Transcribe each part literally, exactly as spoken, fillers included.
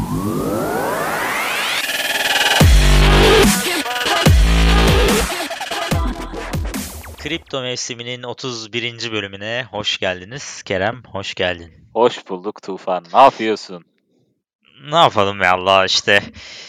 Kripto mevsiminin otuz birinci bölümüne hoş geldiniz. Kerem, hoş geldin. Hoş bulduk Tufan. Ne yapıyorsun? Ne yapalım ya Allah işte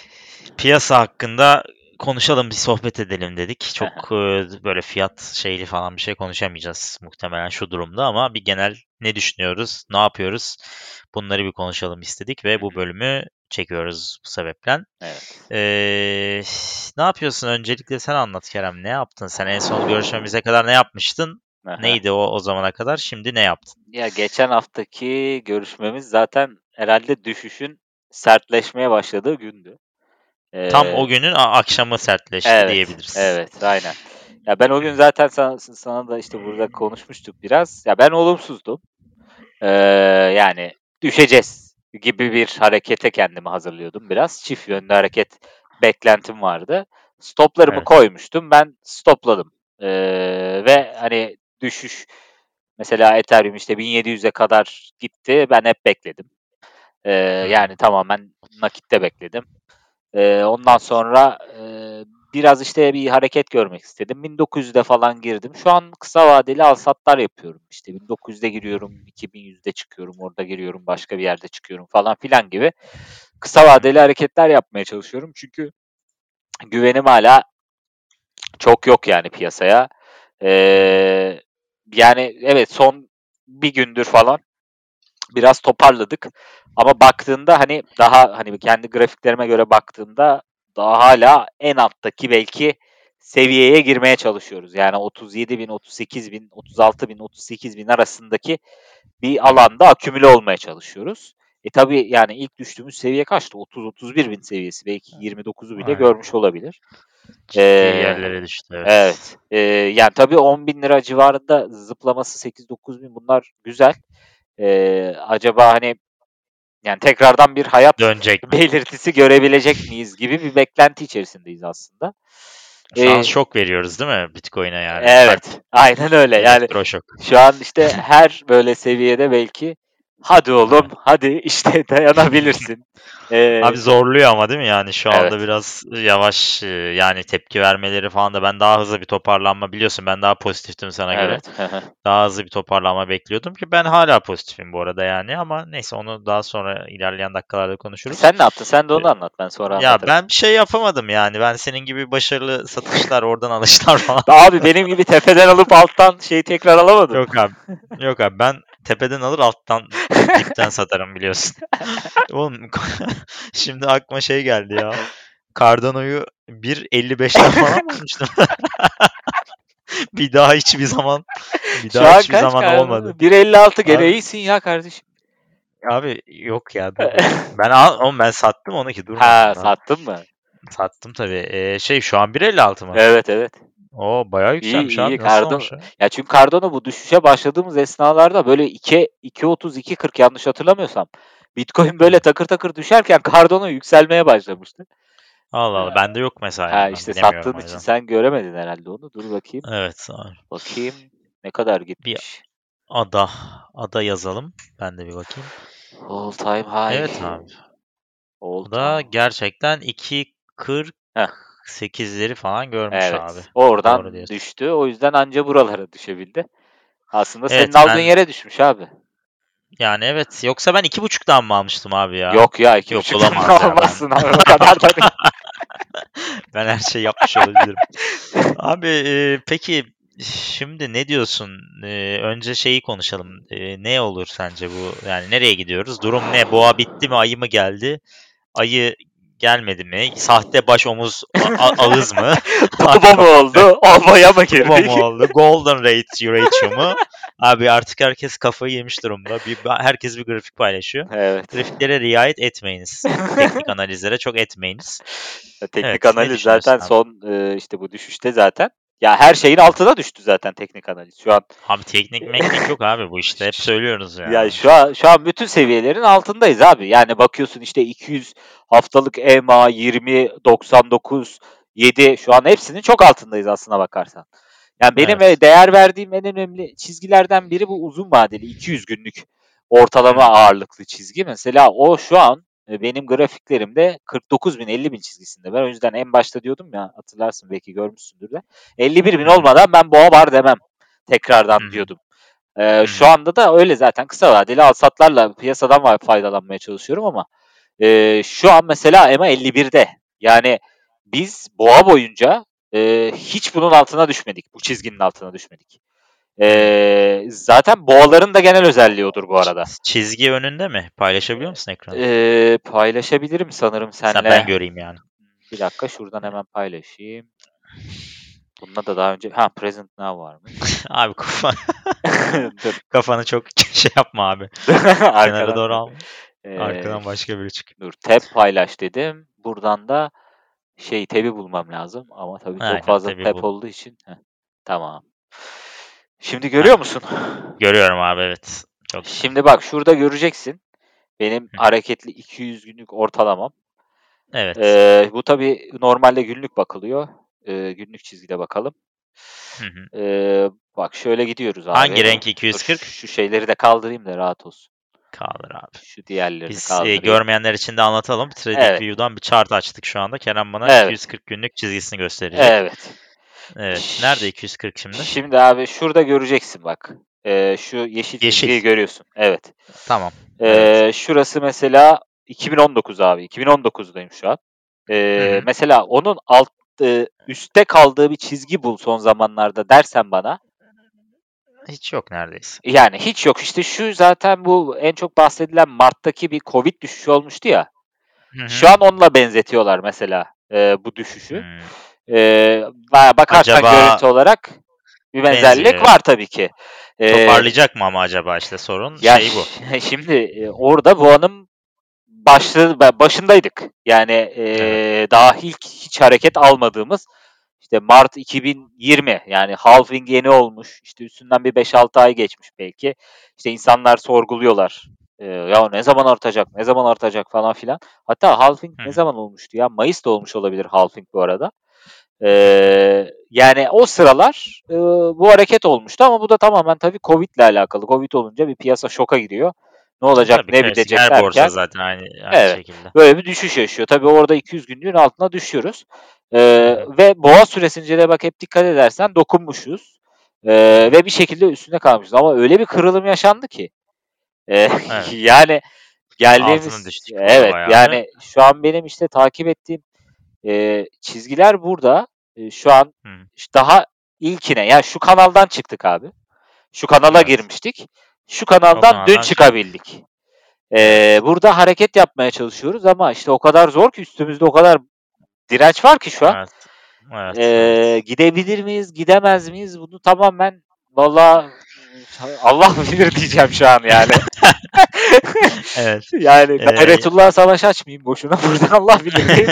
piyasa hakkında konuşalım, bir sohbet edelim dedik. Çok e, böyle fiyat şeyli falan bir şey konuşamayacağız muhtemelen şu durumda ama bir genel ne düşünüyoruz, ne yapıyoruz bunları bir konuşalım istedik ve bu bölümü çekiyoruz bu sebeple. Evet. Ee, ne yapıyorsun? Öncelikle sen anlat Kerem. Ne yaptın? Sen en son görüşmemize kadar ne yapmıştın? Aha. Neydi o o zamana kadar? Şimdi ne yaptın? Ya geçen haftaki görüşmemiz zaten herhalde düşüşün sertleşmeye başladığı gündü. Ee, Tam o günün a- akşamı sertleşti evet, diyebiliriz. evet, aynen. Ya ben o gün zaten sana, sana da işte burada konuşmuştuk biraz. Ya ben olumsuzdum. Ee, yani düşeceğiz gibi bir harekete kendimi hazırlıyordum biraz. Çift yönlü hareket beklentim vardı. Stoplarımı Evet. koymuştum. Ben stopladım. Ee, ve hani düşüş mesela Ethereum işte bin yedi yüze kadar gitti. Ben hep bekledim. Ee, Hmm. yani tamamen nakitte bekledim. Ee, ondan sonra e, biraz işte bir hareket görmek istedim. bin dokuz yüzde falan girdim. Şu an kısa vadeli al-satlar yapıyorum. İşte bin dokuz yüzde giriyorum, iki bin yüzde çıkıyorum, orada giriyorum, başka bir yerde çıkıyorum falan filan gibi. Kısa vadeli hareketler yapmaya çalışıyorum. Çünkü güvenim hala çok yok yani piyasaya. Ee, yani evet son bir gündür falan biraz toparladık. Ama baktığında hani daha hani kendi grafiklerime göre baktığımda daha hala en alttaki belki seviyeye girmeye çalışıyoruz. Yani otuz yedi bin, otuz sekiz bin, otuz altı bin, otuz sekiz bin arasındaki bir alanda akümüle olmaya çalışıyoruz. E tabii yani ilk düştüğümüz seviye kaçtı? otuz otuz bir bin seviyesi. Belki yirmi dokuzu bile Aynen. görmüş olabilir. Ciddi Ee, yerlere düştü, evet. evet. Ee, yani tabii on bin lira civarında zıplaması sekiz dokuz bin bunlar güzel. Ee, acaba hani yani tekrardan bir hayat Dönecek mi? belirtisi görebilecek miyiz gibi bir beklenti içerisindeyiz aslında. Şu an Ee, şok veriyoruz değil mi Bitcoin'e yani? Kalp, evet, aynen öyle. Yani elektroşok. şu an işte her böyle seviyede belki hadi oğlum, Evet. hadi işte dayanabilirsin. Ee, Abi zorluyor ama değil mi? Yani şu anda evet, biraz yavaş, e, yani tepki vermeleri falan da ben daha hızlı bir toparlanma, biliyorsun ben daha pozitiftim sana göre. evet. Daha hızlı bir toparlanma bekliyordum ki ben hala pozitifim bu arada yani, ama neyse onu daha sonra ilerleyen dakikalarda konuşuruz. Sen ne yaptın? Sen de E, onu anlat. Ben sonra Ya anlatırım. ben bir şey yapamadım yani. Ben senin gibi başarılı satışlar, oradan alışlar falan. Abi benim gibi tepeden alıp alttan şeyi tekrar alamadın mı? Yok abi. Yok abi, ben tepeden alır alttan dipten satarım biliyorsun. Oğlum şimdi aklıma şey geldi ya. Cardano'yu bir elli beşten falan almıştım. Bir daha hiçbir zaman bir Şu daha an hiçbir kaç zaman olmadı. kaldı? bir elli altı gene Abi iyisin ya kardeşim. abi yok ya, dur bakayım. Ben al, oğlum ben sattım onu ki, Ha, durmadım daha. sattın mı? Sattım tabii. Ee, şey şu an bir elli altı mı? Evet, evet. Oo, bayağı İyi yükselmiş iyi abi. Nasıl Cardano. olmuş ya? Ya çünkü Cardano bu düşüşe başladığımız esnalarda böyle iki iki otuz iki kırk yanlış hatırlamıyorsam. Bitcoin Hı. böyle takır takır düşerken Cardano yükselmeye başlamıştı. Allah Allah. Ha, Bende yok mesela, ha, yani ben işte bilemiyorum sattığın o için yüzden. sen göremedin herhalde onu. Dur bakayım. Evet abi. Bakayım ne kadar Bir gitmiş. ada. Ada yazalım. Ben de bir bakayım. All time high. Evet abi. All O da time. gerçekten iki kırk Heh, sekizleri falan görmüş abi. evet. Doğru Oradan diyorsun. düştü. O yüzden anca buralara düşebildi. Aslında senin Evet aldığın ben, yere düşmüş abi. yani evet. Yoksa ben iki buçuktan mı almıştım abi ya? Yok ya iki Yok, buçuktan olamaz ya ben. almazsın abi o kadar da değil. Ben her şey yapmış olabilirim. Abi e, peki şimdi ne diyorsun? E, önce şeyi konuşalım. E, ne olur sence bu? Yani nereye gidiyoruz? Durum ne? Boğa bitti mi? Ayı mı geldi? Ayı gelmedi mi? Sahte baş omuz a- a- ağız mı? Baba mı Artık oldu? Obaya mı Kuba mı girdik? oldu? Golden Ratio, ratio mu? Abi artık herkes kafayı yemiş durumda. Bir, herkes bir grafik paylaşıyor. Evet. Grafiklere riayet etmeyiniz. Teknik analizlere çok etmeyiniz. Teknik Evet, ne analiz düşünüyorsun zaten abi? son e, işte bu düşüşte zaten. Ya her şeyin altına düştü zaten teknik analiz. Şu an Abi teknik meknik yok abi bu işte. Hep söylüyoruz ya ya. şu Çok an şu an bütün seviyelerin altındayız abi. Yani bakıyorsun işte iki yüz haftalık E M A yirmi doksan dokuz yedi şu an hepsinin çok altındayız aslına bakarsan. Yani benim evet. e, değer verdiğim en önemli çizgilerden biri bu uzun vadeli iki yüz günlük ortalama Hmm. ağırlıklı çizgi. Mesela o şu an e, benim grafiklerimde kırk dokuz bin elli bin çizgisinde. Ben o yüzden en başta diyordum ya, hatırlarsın belki, görmüşsündür de. elli bir bin Hı hı. olmadan ben boğa var demem tekrardan Hı hı. diyordum. Ee, Hı şu hı. anda da öyle zaten, kısa vadeli alsatlarla piyasadan var- faydalanmaya çalışıyorum ama e, şu an mesela E M A elli birde. Yani biz boğa boyunca e, hiç bunun altına düşmedik. Bu çizginin altına düşmedik. Hı. E, zaten boğaların da genel özelliği odur bu arada. Ç- Çizgi önünde mi? Paylaşabiliyor musun ekranı? E, paylaşabilirim sanırım Sen senle. ben göreyim yani. Bir dakika, şuradan hemen paylaşayım. Bununla da daha önce ha Present Now varmış. Abi kafa, Dur. kafanı çok şey yapma abi. Kenara Arkadan doğru da. al. Ee, Arkadan başka biri çık. dur, tab paylaş dedim. Buradan da şey tab'i bulmam lazım ama tabii çok Aynen fazla tabii tab bu. olduğu için. Heh, tamam. Şimdi Heh, görüyor musun? görüyorum abi, evet. Çok güzel. Şimdi bak, şurada göreceksin. Benim Hı. hareketli iki yüz günlük ortalamam. Evet. Ee, bu tabii normalde günlük bakılıyor. Ee, günlük çizgide bakalım. Hı hı. Ee, bak şöyle gidiyoruz Hangi abi. renk Dur, iki yüz kırk? şu şeyleri de kaldırayım da rahat olsun. Kaldır abi. Şu diğerlerini Biz e, kaldırayım. görmeyenler için de anlatalım. Evet. TradingView'dan bir chart açtık şu anda. Kenan bana Evet. iki yüz kırk günlük çizgisini gösterecek. Evet. Evet. Nerede Ş- iki yüz kırk şimdi? Şimdi abi şurada göreceksin bak. Ee, şu yeşil Yeşil. çizgiyi görüyorsun. Evet. Tamam. Evet. Ee, şurası mesela iki bin on dokuz abi. iki bin on dokuzdayım şu an. Hı Ee, hı. mesela onun alt e, üstte kaldığı bir çizgi bul son zamanlarda dersen bana. Hiç yok neredeyse. Yani hiç yok. İşte şu zaten bu en çok bahsedilen Mart'taki bir Covid düşüşü olmuştu ya. Hı Şu hı. an onunla benzetiyorlar mesela e, bu düşüşü. Hmm. E, bakarsan Acaba görüntü olarak bir benzerlik benziyor. var tabii ki. E, Toparlayacak mı ama acaba, işte sorun ya şey bu. ş- şimdi e, orada Boğa'nın başlı, başındaydık. Yani e, Evet. daha ilk hiç hareket almadığımız işte Mart iki bin yirmi, yani halving yeni olmuş. İşte üstünden bir beş altı ay geçmiş belki. İşte insanlar sorguluyorlar. E, ya ne zaman artacak, ne zaman artacak falan filan. Hatta halving Hı ne hı. zaman olmuştu ya? Mayıs'ta olmuş olabilir halving bu arada. Hı hı. Ee, yani o sıralar e, bu hareket olmuştu ama bu da tamamen tabii Covid'le alakalı. Covid olunca bir piyasa şoka giriyor. Ne E, olacak, tabii ne klasik bitecek her borsa derken, zaten aynı aynı evet, şekilde. böyle bir düşüş yaşıyor. Tabii orada iki yüz günlüğün altına düşüyoruz. Ee, Hı hı. ve boğa süresince de bak hep dikkat edersen dokunmuşuz. Hı Ee, hı. ve bir şekilde üstüne kalmışız. Ama öyle bir kırılım yaşandı ki. Ee, Evet. yani Altına geldiğimiz, düştük burada evet, bayağı bir. yani şu an benim işte takip ettiğim Eee, çizgiler burada. Eee, şu an Hı hı. ş daha ilkine, yani şu kanaldan çıktık abi. Şu kanala Evet. girmiştik. Şu O kanaldan dün kanaldan çıktık. çıkabildik. Eee, Evet. burada hareket yapmaya çalışıyoruz ama işte o kadar zor ki, üstümüzde o kadar direnç var ki şu an. Evet. Evet. Eee, Evet. gidebilir miyiz, gidemez miyiz? Bunu tamamen valla Allah bilir diyeceğim şu an yani. Evet. Yani Eee gayretullah'a savaş açmayayım boşuna. Burada Allah bilir diyeyim.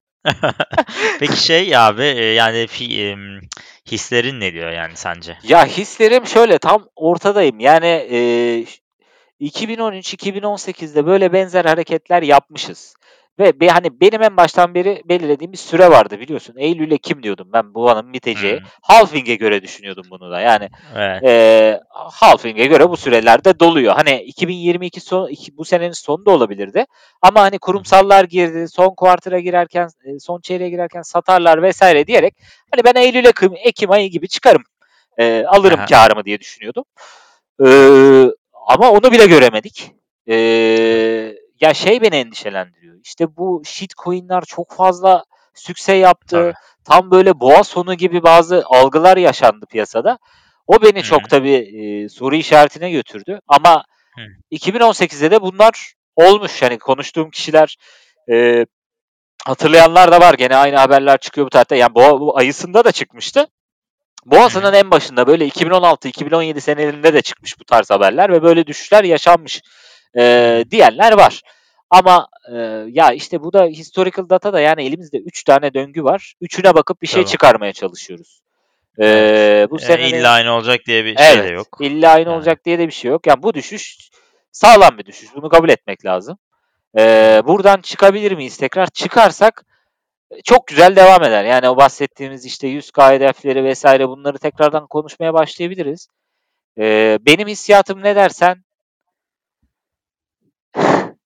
Peki şey abi, e, yani fi, em, hislerin ne diyor yani sence? Ya hislerim şöyle, tam ortadayım. Yani eee, iki bin on üç iki bin on sekizde böyle benzer hareketler yapmışız. Ve be, hani benim en baştan beri belirlediğim bir süre vardı biliyorsun. Eylül-Ekim diyordum ben bu anın biteceği. Hımm. Halving'e göre düşünüyordum bunu da. Yani Evet. eee halving'e göre bu sürelerde doluyor. Hani iki bin yirmi iki son, iki, bu senenin sonu da olabilirdi. Ama hani Hı hı. kurumsallar girdi, son kuartıra girerken, e, son çeyreğe girerken satarlar vesaire diyerek hani ben Eylül-Ekim Ekim ayı gibi çıkarım, eee, Hı alırım hı. kârımı diye düşünüyordum. Eee, ama onu bile göremedik. Evet. Eee, ya şey beni endişelendiriyor. İşte bu shitcoin'ler çok fazla sükse yaptı. Tabii. Tam böyle boğa sonu gibi bazı algılar yaşandı piyasada. O beni Hı hı. çok tabii eee, soru işaretine götürdü. Ama Hı. iki bin on sekizde de bunlar olmuş. Yani konuştuğum kişiler, eee, hatırlayanlar da var. Gene aynı haberler çıkıyor bu tarihte. Yani boğa bu ayısında da çıkmıştı. Hı hı. Boğazı'nın en başında böyle iki bin on altı iki bin on yedi senelerinde de çıkmış bu tarz haberler ve böyle düşüşler yaşanmış Hı eee, hı. diyenler var. Ama eee, ya işte bu da historical data da, yani elimizde üç tane döngü var. Üçüne bakıp bir şey Tabii. çıkarmaya çalışıyoruz. Evet. Eee, bu Eee, illa senenin, aynı olacak diye bir şey de evet, yok. illa aynı Yani. olacak diye de bir şey yok. Yani bu düşüş sağlam bir düşüş. Bunu kabul etmek lazım. Hı hı. Eee, buradan çıkabilir miyiz tekrar? Çıkarsak çok güzel devam eder. Yani o bahsettiğimiz işte yüz K hedefleri vesaire, bunları tekrardan konuşmaya başlayabiliriz. Eee, benim hissiyatım ne dersen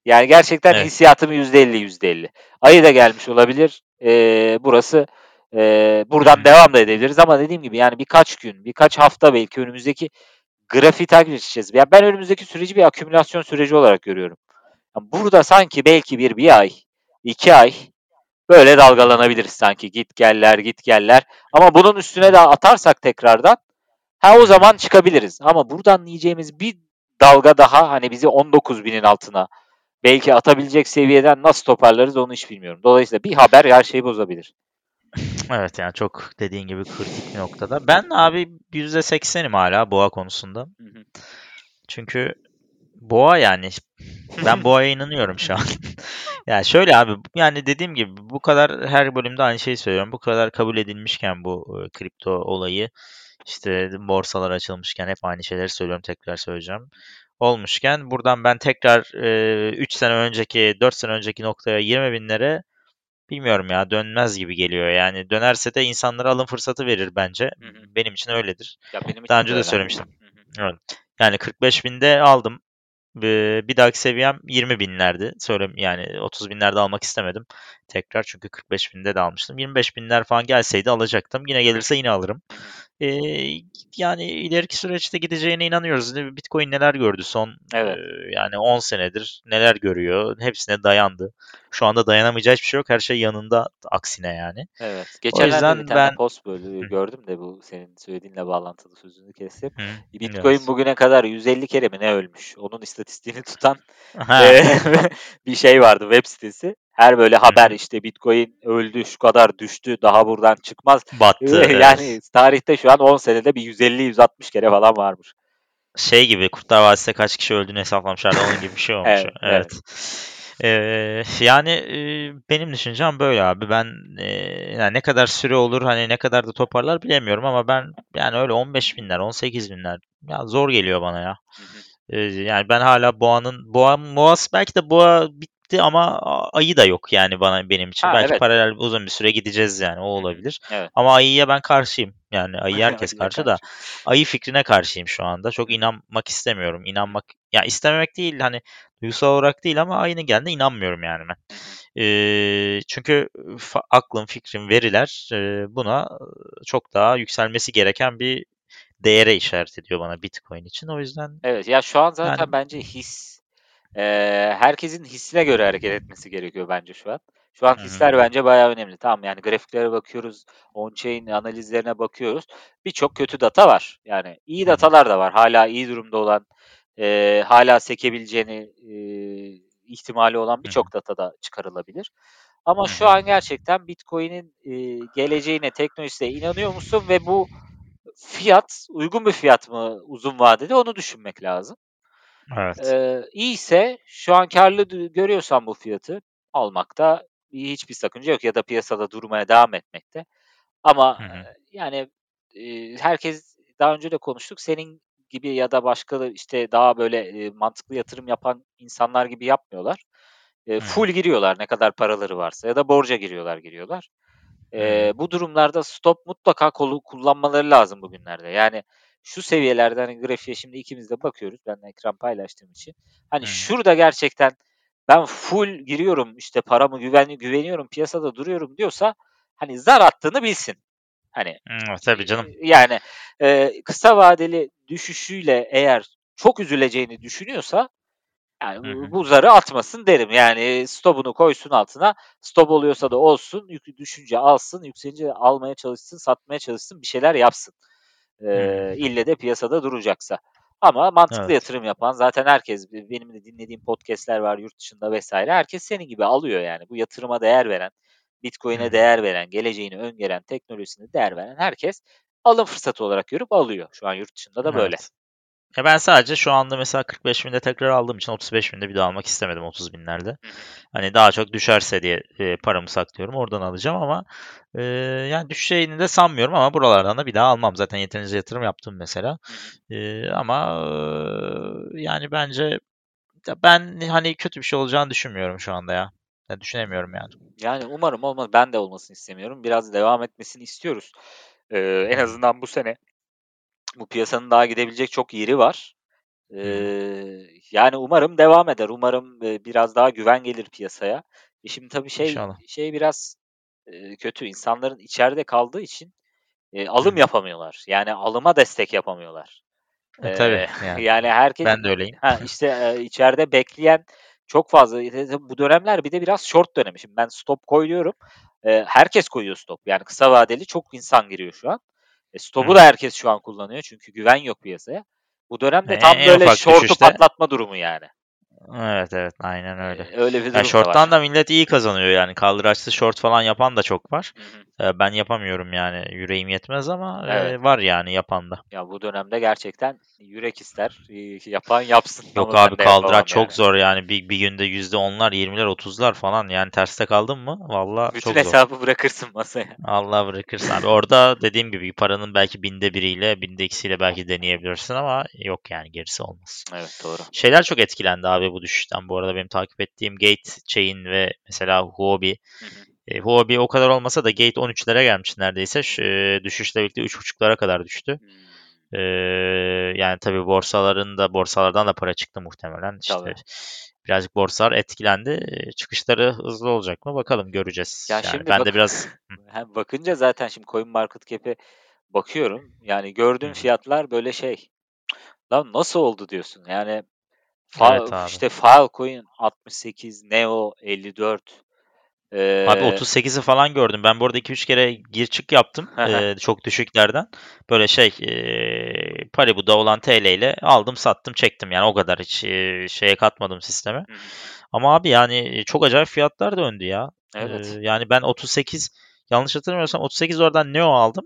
Yani gerçekten Evet. hissiyatım yüzde elli yüzde elli. Ayı da gelmiş olabilir. Eee, burası eee, buradan Hı hı. devam da edebiliriz ama dediğim gibi yani birkaç gün, birkaç hafta belki önümüzdeki grafiği takip edeceğiz. Ya ben önümüzdeki süreci bir akümülasyon süreci olarak görüyorum. Ya burada sanki belki bir bir ay, iki ay böyle dalgalanabiliriz sanki. Git geller, git geller. Ama bunun üstüne de atarsak tekrardan ha o zaman çıkabiliriz. Ama buradan yiyeceğimiz bir dalga daha hani bizi on dokuz binin altına belki atabilecek seviyeden nasıl toparlarız onu hiç bilmiyorum. Dolayısıyla bir haber her şeyi bozabilir. Evet, yani çok dediğin gibi kritik bir noktada. Ben abi yüzde seksenim hala boğa konusunda. Hı hı. Çünkü boğa yani ben boğaya inanıyorum şu an. Yani şöyle abi yani dediğim gibi bu kadar her bölümde aynı şeyi söylüyorum. Bu kadar kabul edilmişken bu e, kripto olayı işte borsalar açılmışken hep aynı şeyleri söylüyorum, tekrar söyleyeceğim. Olmuşken buradan ben tekrar e, üç sene önceki dört sene önceki noktaya yirmi binlere bilmiyorum ya, dönmez gibi geliyor. Yani dönerse de insanlara alım fırsatı verir bence. Hı hı. Benim için öyledir. Ya benim Daha için de önce de öyle. söylemiştim. Hı hı. Evet. Yani kırk beş binde aldım. Eee, bir dahaki seviyem yirmi binlerdi. Söyle yani otuz binlerde almak istemedim tekrar, çünkü kırk beş binde de almıştım. yirmi beş binler falan gelseydi alacaktım. Yine gelirse yine alırım. Hı hı. Eee, yani ileriki süreçte gideceğine inanıyoruz. Bitcoin neler gördü son Evet. eee, yani on senedir neler görüyor. Hepsine dayandı. Şu anda dayanamayacağı hiçbir şey yok. Her şey yanında aksine yani. Evet. O Geçenlerde bir yüzden tane ben post böyle Hı, gördüm de bu senin söylediğinle bağlantılı sözünü kestim. hı, Bitcoin evet. bugüne kadar yüz elli kere mi ne ölmüş? Onun istatistiğini tutan Ha. eee, bir şey vardı web sitesi. Her böyle Hı haber hı. işte Bitcoin öldü, şu kadar düştü, daha buradan çıkmaz. Battı. Yani Evet. tarihte şu an on senede bir yüz elli yüz altmış kere falan varmış. Şey gibi, Kurtlar Vadisi'nde kaç kişi öldüğünü hesaplamışlardı. Onun gibi bir şey olmuş. Evet, evet. Evet. Eee, yani eee, benim düşüncem böyle abi. Ben eee, yani ne kadar süre olur, hani ne kadar da toparlar bilemiyorum ama ben yani öyle on beş binler, on sekiz binler ya zor geliyor bana ya. Hı hı. Eee, yani ben hala boğanın boğa boğası, belki de boğa bitti ama a- ayı da yok yani bana, benim için. Ha Belki evet. paralel uzun bir süre gideceğiz yani, o Hı hı. olabilir. Evet. Ama ayıya ben karşıyım. Yani ayı herkes Ayıya karşı da karşı. ayı fikrine karşıyım şu anda. Hı Çok hı. inanmak istemiyorum. Hı hı. İnanmak ya istememek değil, hani duygusal olarak değil ama ayının geldiğine inanmıyorum yani ben. Hı hı. Eee, çünkü fa- aklım, fikrim, veriler eee, buna çok daha yükselmesi gereken bir değere işaret ediyor bana Bitcoin için. O yüzden Evet, ya, şu an yani zaten bence his, eee, herkesin hissine göre hareket etmesi gerekiyor bence şu an. Şu an Hı hı. hisler bence bayağı önemli. Tamam, yani grafiklere bakıyoruz, on-chain analizlerine bakıyoruz. Birçok kötü data var. Yani iyi Hı hı. datalar da var. Hâlâ iyi durumda olan, eee, hâlâ sekebileceğini, eee, ihtimali olan Hı hı. birçok data da çıkarılabilir. Ama Hı şu hı. an gerçekten Bitcoin'in, eee, geleceğine, teknolojisine inanıyor musun ve bu fiyat uygun bir fiyat mı uzun vadede onu düşünmek lazım. Evet. Eee, iyiyse şu an kârlı dü görüyorsan bu fiyatı almakta hiçbir sakınca yok ya da piyasada durmaya devam etmekte. Hı Ama, hı. eee, yani, eee, herkes daha önce de konuştuk, senin gibi ya da başka da, işte, daha böyle, eee, mantıklı yatırım yapan insanlar gibi yapmıyorlar. Eee, Hı hı. full giriyorlar ne kadar paraları varsa ya da borca giriyorlar, giriyorlar. Hı hı. Eee, bu durumlarda stop mutlaka kolu kullanmaları lazım bugünlerde. Yani şu seviyelerde, hani, grafiğe şimdi ikimiz de bakıyoruz. Ben de ekran paylaştığım için. Hı Hani, hı. şurada gerçekten ben full giriyorum, işte, paramı güvenli güveniyorum, piyasada duruyorum diyorsa, hani, zar attığını bilsin. Hani, Evet, tabii canım. eee, yani, eee, kısa vadeli düşüşüyle eğer çok üzüleceğini düşünüyorsa yani Hı bu hı. bu zarı atmasın derim. Yani stop'unu koysun altına. Stop oluyorsa da olsun. Yük düşünce alsın. Yükselince almaya çalışsın, satmaya çalışsın. Bir şeyler yapsın. Hı hı. Eee, ille de piyasada duracaksa. Ama mantıklı Evet. yatırım yapan zaten herkes be benim de dinlediğim podcast'ler var yurt dışında vesaire. Herkes senin gibi alıyor yani. Bu yatırıma değer veren, Hı Bitcoin'e hı. değer veren, geleceğini öngören, teknolojisine değer veren herkes alım fırsatı olarak görüp alıyor. Şu an yurt dışında da böyle. Evet. Ya ben sadece şu anda mesela kırk beş binde tekrar aldığım için otuz beş binde bir daha almak istemedim, otuz binlerde. Hı hı. Hani daha çok düşerse diye e, paramı saklıyorum. Oradan alacağım ama e, yani düşeceğini de sanmıyorum ama buralardan da bir daha almam. Zaten yeterince yatırım yaptım mesela. Hı hı. E, ama e, yani bence ya ben hani kötü bir şey olacağını düşünmüyorum şu anda ya. Ya düşünemiyorum yani. Yani umarım olmaz. Ben de olmasını istemiyorum. Biraz devam etmesini istiyoruz. Eee, Hı en hı. azından bu sene bu piyasanın daha gidebilecek çok yeri var. Eee, yani umarım devam eder. Umarım, eee, biraz daha güven gelir piyasaya. E, şimdi tabii şey İnşallah. şey biraz, eee, kötü. İnsanların içeride kaldığı için, eee, Hı alım hı. yapamıyorlar. Yani alıma destek yapamıyorlar. E, tabii Eee, yani yani herkes ben de öyleyim. ha, işte, eee, içeride bekleyen çok fazla. Bu dönemler bir de biraz short dönemi. Şimdi ben stop koyuyorum. Eee, herkes koyuyor stop. Yani kısa vadeli çok insan giriyor şu an. E, Hı stop'u da hı. herkes şu an kullanıyor çünkü güven yok piyasaya. Bu E, dönemde tam en böyle ufak short'u düşüşte patlatma durumu yani. evet, evet, aynen öyle. Eee, öyle bir Ya durum da var. short'tan da millet iyi kazanıyor yani. Kaldıraçlı short falan yapan da çok var. Hı hı. Eee, ben yapamıyorum yani. Yüreğim yetmez ama, Evet. eee, var yani yapan da. Ya bu dönemde gerçekten yürek ister. İii, yapan yapsın Yok ama abi ben de kaldıraç yapamam çok yani. zor yani. Bir, bir günde yüzde onlar, yirmiler, otuzlar falan. Yani terste kaldın mı valla Bütün çok zor. hesabı bırakırsın masaya. Allah bırakırsın abi. Orada dediğim gibi paranın belki binde biriyle, binde ikisiyle belki deneyebilirsin ama yok yani gerisi olmaz. Evet, doğru. Şeyler çok etkilendi abi bu düşüşten. Bu arada benim takip ettiğim Gate, Chain ve mesela Huobi. Hı hı. E, Huobi o kadar olmasa da Gate on üçlere gelmiş neredeyse. Şu, e, düşüşle birlikte üç buçuklara kadar düştü. Hımm. E, yani tabii borsaların da borsalardan da para çıktı muhtemelen. Tabii. İşte birazcık borsalar etkilendi. E, çıkışları hızlı olacak mı? Bakalım göreceğiz. Ya, Yani şimdi ben de bak biraz Hı, hem bakınca zaten şimdi CoinMarketCap'e bakıyorum. Yani hı gördüğüm hı. fiyatlar böyle şey, "Lan nasıl oldu?" diyorsun. Yani fa Evet abi. işte Filecoin altmış sekiz, Neo elli dört, Abi eee otuz sekizi falan gördüm. Ben bu arada iki üç kere gir çık yaptım. Hı hı. Eee, çok düşüklerden. Böyle şey eee Paribu'da olan T L ile aldım sattım çektim yani o kadar hiç eee, şeye katmadım sisteme. Hı hı. Ama abi yani çok acayip fiyatlar döndü ya. Eee, Evet, yani ben otuz sekiz yanlış hatırlamıyorsam otuz sekiz dolardan Neo aldım.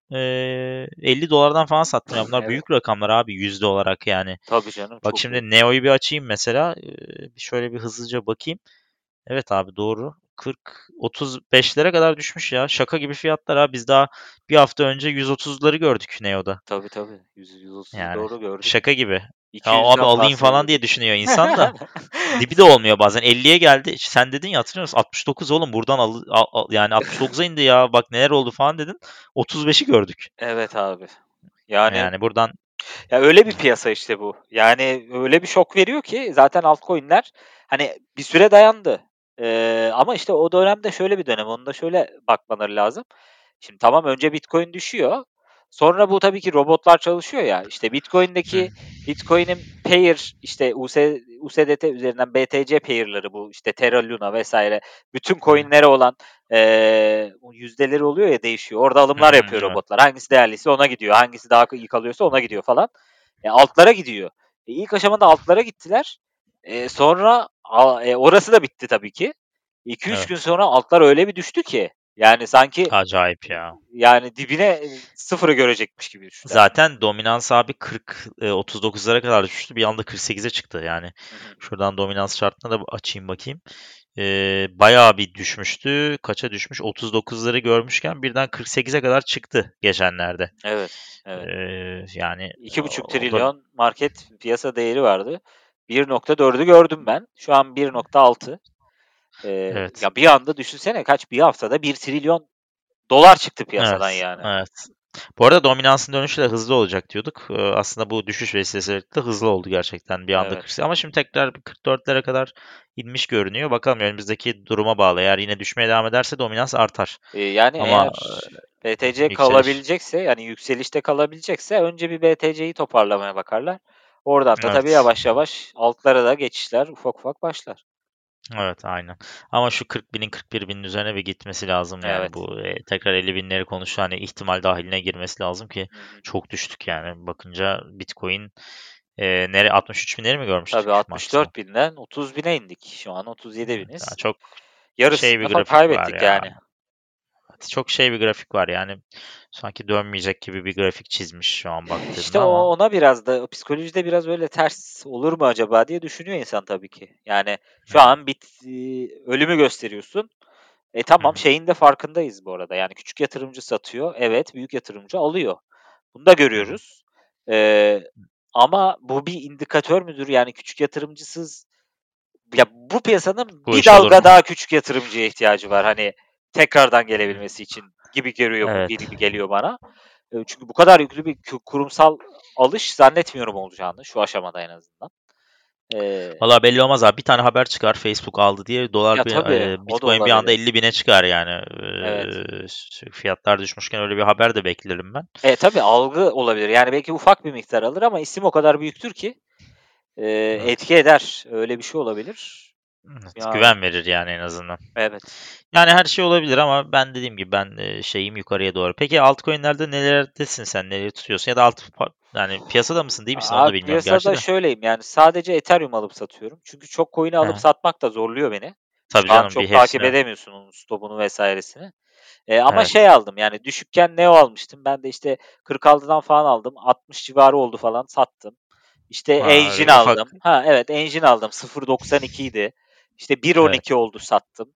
Eee elli dolardan falan sattım. Ya bunlar evet. büyük rakamlar abi yüzde olarak yani. Tabii canım, Bak çok büyük. şimdi Neo'yu bir açayım mesela. Eee, bir şöyle bir hızlıca bakayım. Evet abi doğru. kırk otuz beşlere kadar düşmüş ya. Şaka gibi fiyatlar ha. Biz daha bir hafta önce yüz otuzları gördük Neo'da. Tabii, tabii. yüz yüz otuzu Yani doğru gördük. şaka gibi. Ya abi iki yüzden alayım falan bahsediyorduk. diye düşünüyor insan da. Dibi de olmuyor bazen. elliye geldi. Sen dedin ya hatırlıyor musun? altmış dokuz oğlum buradan al, al- al- yani altmış dokuza indi ya. Bak neler oldu falan dedin. otuz beşi gördük. Evet abi. Yani Yani buradan ya öyle bir piyasa işte bu. Yani öyle bir şok veriyor ki zaten altcoin'ler hani bir süre dayandı. Eee, ama işte o dönemde şöyle bir dönem. Onu da şöyle bakmaları lazım. Şimdi tamam önce Bitcoin düşüyor. Sonra bu tabii ki robotlar çalışıyor ya. İşte Hı. Bitcoin'deki Bitcoin'in pair işte U S, U S D T üzerinden B T C pair'ları bu işte Terra Luna vesaire bütün Hı hı. coin'lere olan eee, o yüzdeleri oluyor ya değişiyor. Orada Hı alımlar hı, yapıyor evet. robotlar. Hangisi değerliyse ona gidiyor. Hangisi daha iyi kalıyorsa ona gidiyor falan. E, altlara gidiyor. E, ilk aşamada altlara gittiler. E, sonra a, e, orası da bitti tabii ki. iki üç gün Evet. sonra altlar öyle bir düştü ki yani sanki Acayip ya. yani dibine e, sıfırı görecekmiş gibi düştüler. Zaten dominans abi kırk, e, otuz dokuzlara kadar düştü. Bir anda kırk sekize çıktı yani. Hı hı. Şuradan dominans chartına da açayım bakayım. E, bayağı bir düşmüştü. Kaça düşmüş? otuz dokuzları görmüşken birden kırk sekize kadar çıktı geçenlerde. Evet, E, evet. yani iki buçuk o da trilyon market piyasa değeri vardı. bir nokta dördü gördüm ben. Şu an bir nokta altı. Eee, evet. ya bir anda düşünsene kaç bir haftada bir trilyon dolar çıktı piyasadan Evet. yani. Evet. Bu arada dominansın dönüşü de hızlı olacak diyorduk. Ee, aslında bu düşüş vesilesiyle de hızlı oldu gerçekten bir anda Evet. kırk. Ama şimdi tekrar kırk dörtlere kadar inmiş görünüyor. Bakalım önümüzdeki duruma bağlı. Eğer yine düşmeye devam ederse dominans artar. Eee, yani Ama eğer B T C e, yükseliş. kalabilecekse, yani yükselişte kalabilecekse önce bir B T C'yi toparlamaya bakarlar. Oradan da tabii Evet. yavaş yavaş altlara da geçişler ufak ufak başlar. Evet aynen. Ama şu kırk binin kırk bir binin üzerine bir gitmesi lazım yani. Evet. Bu e, tekrar elli binleri konuştu. Hani ihtimal dahiline girmesi lazım ki Hı hı. çok düştük yani. Bakınca Bitcoin e, nere altmış üç binleri mi Tabii görmüştük maksimum? altmış dört binden otuz bine indik. Şu an otuz yedi Evet, ya biniz. çok şey bir Yarısını fa grafik var kaybettik ya. yani. Çok şey bir grafik var yani. Sanki dönmeyecek gibi bir grafik çizmiş şu an İşte baktığımda o ama. ona biraz da psikolojide biraz böyle ters olur mu acaba diye düşünüyor insan tabii ki. Yani Hı şu hı, an bit iii, ölümü gösteriyorsun. E, hı tamam, hı, şeyin de farkındayız bu arada. Yani küçük yatırımcı satıyor. Evet, büyük yatırımcı alıyor. Bunu da hı hı. görüyoruz. Eee, ama bu bir indikatör müdür? Yani küçük yatırımcısız ya bu piyasanın Bu bir iş olur dalga mu? daha küçük yatırımcıya ihtiyacı var. Hani tekrardan gelebilmesi için gibi görüyor bu Evet. gibi geliyor bana. E, çünkü bu kadar yüklü bir ku- kurumsal alış zannetmiyorum olacağını şu aşamada en azından. E, Valla belli olmaz abi. Bir tane haber çıkar Facebook aldı diye dolar Ya bir tabii e, o da Bitcoin bir anda olabilir. elli bine çıkar yani. Evet. Ee, ş- fiyatlar düşmüşken öyle bir haber de beklerim ben. E tabii algı olabilir. Yani belki ufak bir miktar alır ama isim o kadar büyüktür ki e, Evet. etki eder. Öyle bir şey olabilir. Evet, Yani güven verir yani en azından. evet. Yani her şey olabilir ama ben dediğim gibi ben e, şeyim yukarıya doğru. Peki altcoin'lerde nelerdesin sen? Neleri tutuyorsun? Ya da alt pa- yani piyasada mısın değil misin onu da Abi bilmiyorum gerçi piyasada de. şöyleyim yani sadece Ethereum alıp satıyorum. Çünkü çok coin'i alıp He. satmak da zorluyor beni. Şu Tabii an canım bir çok takip hepsine. edemiyorsun onun stopunu vesairesini. E, ama şey Evet. aldım yani düşükken Neo almıştım. Ben de işte kırk altıdan falan aldım. altmış civarı oldu falan sattım. İşte Ha, öyle Engine ufak. aldım. Ha evet Engine aldım. sıfır virgül doksan iki idi. İşte bir virgül on iki Evet. oldu sattım.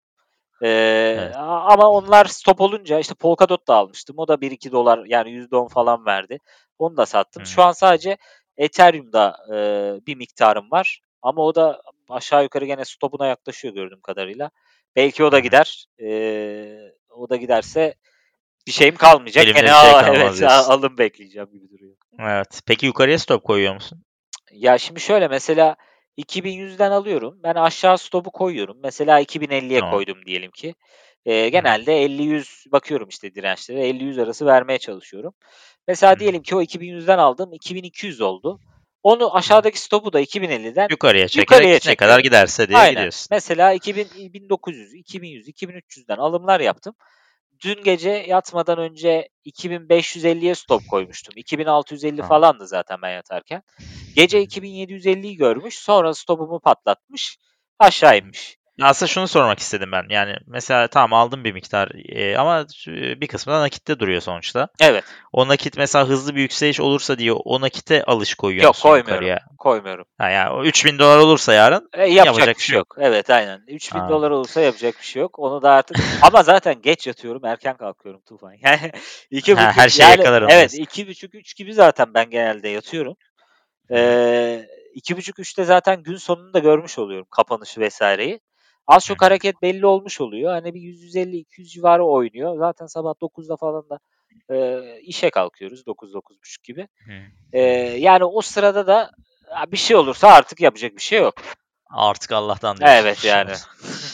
Eee, Evet. a ama onlar stop olunca işte Polkadot da almıştım. O da bir iki dolar yani yüzde on falan verdi. Onu da sattım. Hı. Şu an sadece Ethereum'da, eee, bir miktarım var ama o da aşağı yukarı gene stopuna yaklaşıyor gördüğüm kadarıyla. Belki o Hı da hı. gider. Eee, o da giderse bir şeyim kalmayacak. Elimde Gene bir şey a kalmaz evet, a diyorsun. alım bekleyeceğim gibi duruyor. Evet. Peki yukarıya stop koyuyor musun? Ya, şimdi şöyle, mesela iki bin yüzden alıyorum. Ben aşağı stopu koyuyorum. Mesela iki bin elliye Tamam. koydum diyelim ki. Eee, Hı hı. genelde elli yüz bakıyorum işte dirençlere, elli yüz arası vermeye çalışıyorum. Mesela Hı hı. diyelim ki o iki bin yüzden aldım, iki bin iki yüz oldu. Onu Hı hı. aşağıdaki stopu da iki bin elliden Yukarıya yukarıya çekerek ne kadar çekiyorum. giderse diye Aynen. gidiyorsun. Mesela iki bin, bin dokuz yüz, iki bin yüz, iki bin üç yüzden alımlar yaptım. Dün gece yatmadan önce iki bin beş yüz elliye stop koymuştum. iki bin altı yüz elli Tamam. falandı zaten ben yatarken. Hı Gece hı. iki bin yedi yüz elliyi görmüş. Sonra stopumu patlatmış. Aşağı Hı hı. inmiş. Aslında şunu sormak istedim ben. Yani mesela tamam aldım bir miktar e, ama e, bir kısmı da nakitte duruyor sonuçta. Evet. O nakit mesela hızlı bir yükseliş olursa diye o nakite alış koyuyor Yok musun koymuyorum. yukarıya? Koymuyorum. Ha yani o üç bin dolar olursa yarın E, yapacak yapacak bir bir şey şey yok. yok. Evet aynen. üç bin Ha. dolar olursa yapacak bir şey yok. Onu da artık ama zaten geç yatıyorum, erken kalkıyorum Tufan. Yani iki Ha, buçuk her şeyi yani yakalarım evet diyorsun. iki buçuk üç gibi zaten ben genelde yatıyorum. Hı hı. Eee iki buçuk üçte zaten gün sonunu da görmüş oluyorum, kapanışı vesaireyi. Az Hı çok hı. hareket belli olmuş oluyor. Hani bir yüz yüz elli iki yüz civarı oynuyor. Zaten sabah dokuzda falan da, eee, işe kalkıyoruz dokuz dokuz buçuk gibi. Hı Eee, hı. yani o sırada da, aaa, bir şey olursa artık yapacak bir şey yok. Artık Allah'tan diyorsun bir Evet, şey yani. olsun.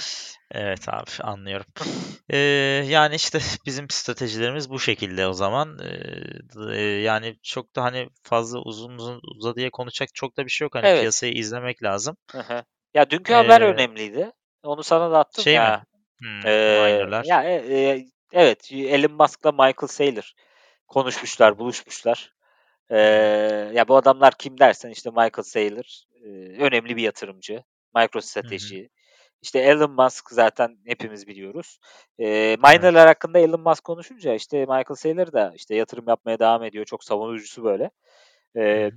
Evet abi anlıyorum. Eee, yani işte bizim stratejilerimiz bu şekilde o zaman. Eee, d- eee, yani çok da hani fazla uzun uzun uzadıya konuşacak çok da bir şey yok. Hani Evet. piyasayı izlemek lazım. Hı hı. Ya, dünkü haber Eee, önemliydi. Onu sana da attım şey mi? ya. Hmm, Eee, miner'lar. ya, e eee, evet, Elon Musk'la Michael Saylor konuşmuşlar, buluşmuşlar. Eee, Hı hı, ya, bu adamlar kim dersen, işte, Michael Saylor, eee, önemli bir yatırımcı, hı hı. MicroStrategy. İşte, Elon Musk zaten hepimiz biliyoruz. Eee, Evet. miner'lar hakkında Elon Musk konuşunca, işte, Michael Saylor da, işte, yatırım yapmaya devam ediyor. Çok savunucusu böyle. Hı Eee, hı,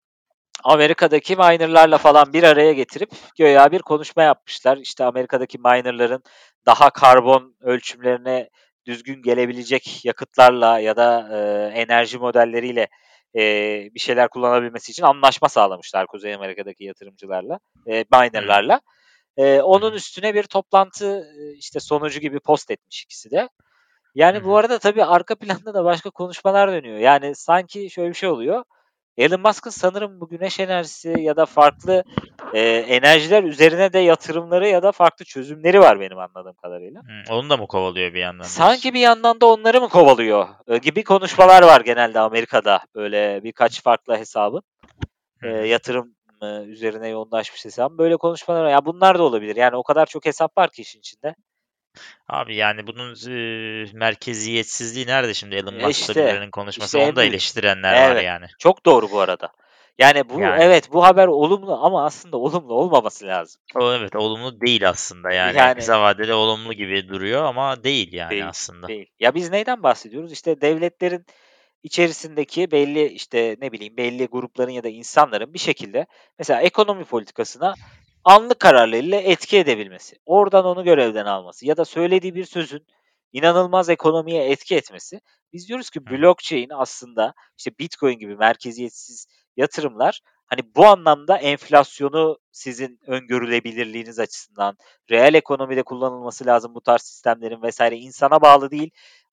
Amerika'daki miner'larla falan bir araya getirip güya bir konuşma yapmışlar. İşte, Amerika'daki miner'ların daha karbon ölçümlerine düzgün gelebilecek yakıtlarla ya da, eee, enerji modelleriyle, eee, bir şeyler kullanabilmesi için anlaşma sağlamışlar Kuzey Amerika'daki yatırımcılarla, eee, hı miner'larla. Eee, hı, onun üstüne bir toplantı, eee, işte, sonucu gibi post etmiş ikisi de. hı Yani, bu hı. arada tabii arka planda da başka konuşmalar dönüyor. Yani, sanki şöyle bir şey oluyor. Elon Musk'ın sanırım bu güneş enerjisi ya da farklı, eee, enerjiler üzerine de yatırımları ya da farklı çözümleri var benim anladığım kadarıyla. Hı, onu da mı kovalıyor bir yandan diyorsun? Sanki bir yandan da onları mı kovalıyor, eee, gibi Hı konuşmalar var genelde Amerika'da, böyle birkaç farklı hesabın, hı, eee, hı. yatırım, eee, üzerine yoğunlaşmış hesabın. Böyle konuşmalar var. Ya, bunlar da olabilir. Yani o kadar çok hesap var ki işin içinde. Abi yani bunun eee, merkeziyetsizliği nerede şimdi Elon E, Musk'la işte, birilerinin konuşması? işte Onu en da büyük. eleştirenler var Evet, yani. çok doğru bu arada. Yani bu Yani evet, bu haber olumlu ama aslında olumlu olmaması lazım. o evet olumlu değil aslında yani. Yani Kısa vadede olumlu gibi duruyor ama değil yani değil, aslında. değil. Ya, biz neyden bahsediyoruz? İşte, devletlerin içerisindeki belli, işte, ne bileyim, belli grupların ya da insanların bir şekilde mesela ekonomi politikasına anlık kararlarıyla etki edebilmesi, oradan onu görevden alması ya da söylediği bir sözün inanılmaz ekonomiye etki etmesi. Biz diyoruz ki Hı hı. blockchain aslında, işte, Bitcoin gibi merkeziyetsiz yatırımlar, hani, bu anlamda enflasyonu sizin öngörülebilirliğiniz açısından, reel ekonomide kullanılması lazım bu tarz sistemlerin vesaire insana bağlı değil